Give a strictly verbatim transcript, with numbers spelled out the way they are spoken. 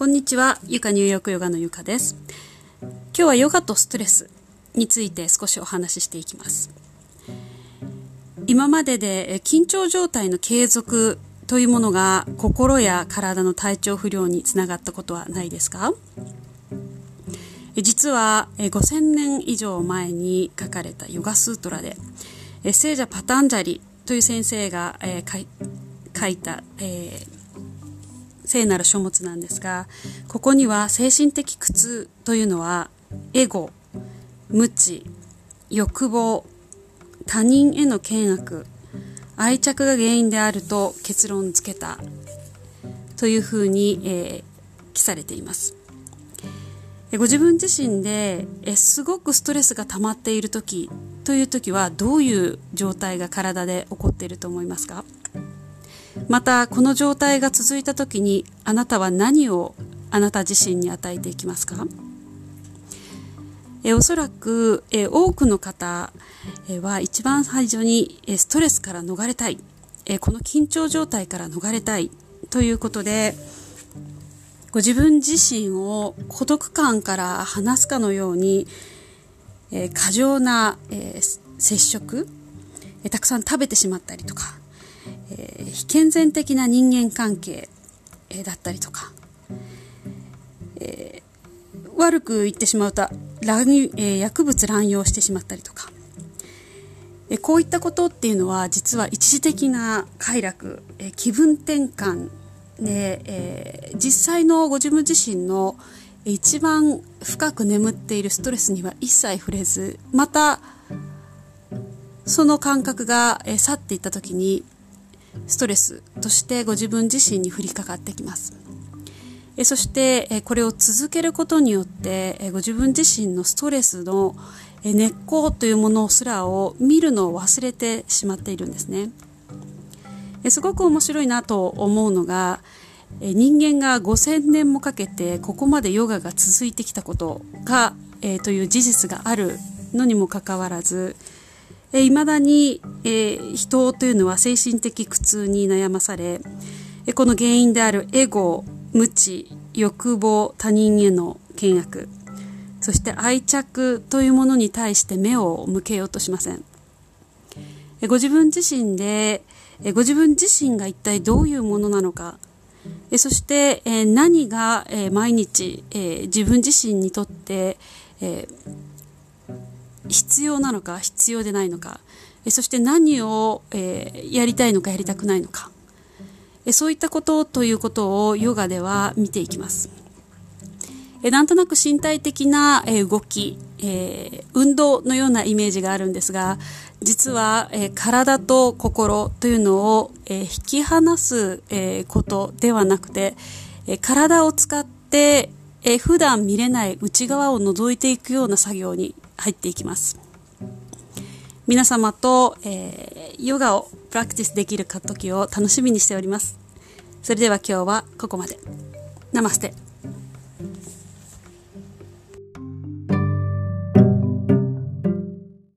こんにちは、ゆかニューヨークヨガのゆかです。今日はヨガとストレスについて少しお話ししていきます。今までで緊張状態の継続というものが心や体の体調不良につながったことはないですか？実はごせんねん以上前に書かれたヨガスートラで聖者パタンジャリという先生が書いた、えー、聖なる書物なんですが、ここには精神的苦痛というのはエゴ、無知、欲望、他人への嫌悪、愛着が原因であると結論付けたというふうに、えー、記されています。ご自分自身でえすごくストレスが溜まっている時という時はどういう状態が体で起こっていると思いますか？またこの状態が続いた時にあなたは何をあなた自身に与えていきますか？えおそらくえ多くの方えは一番最初にえストレスから逃れたい、えこの緊張状態から逃れたいということで、ご自分自身を孤独感から離すかのように、えー、過剰な、えー、接触、えー、たくさん食べてしまったりとか、えー、非健全的な人間関係、えー、だったりとか、えー、悪く言ってしまうと乱、えー、薬物乱用してしまったりとか、えー、こういったことっていうのは実は一時的な快楽、えー、気分転換で、えー、実際のご自分自身の一番深く眠っているストレスには一切触れず、またその感覚が、えー、去っていった時にストレスとしてご自分自身に降りかかってきます。えー、そして、えー、これを続けることによって、えー、ご自分自身のストレスの、えー、根っこというものすらを見るのを忘れてしまっているんですね。すごく面白いなと思うのが、人間がごせんねんもかけてここまでヨガが続いてきたことが、えー、という事実があるのにもかかわらず、えー、未だに、えー、人というのは精神的苦痛に悩まされ、えー、この原因であるエゴ、無知、欲望、他人への嫌悪、そして愛着というものに対して目を向けようとしません。えー、ご自分自身でご自分自身が一体どういうものなのか、そして何が毎日自分自身にとって必要なのか必要でないのか、そして何をやりたいのかやりたくないのか、そういったことということをヨガでは見ていきます。なんとなく身体的な動き、えー、運動のようなイメージがあるんですが、実は、えー、体と心というのを、えー、引き離す、えー、ことではなくて、えー、体を使って、えー、普段見れない内側を覗いていくような作業に入っていきます。皆様と、えー、ヨガをプラクティスできる時を楽しみにしております。それでは今日はここまで。ナマステ。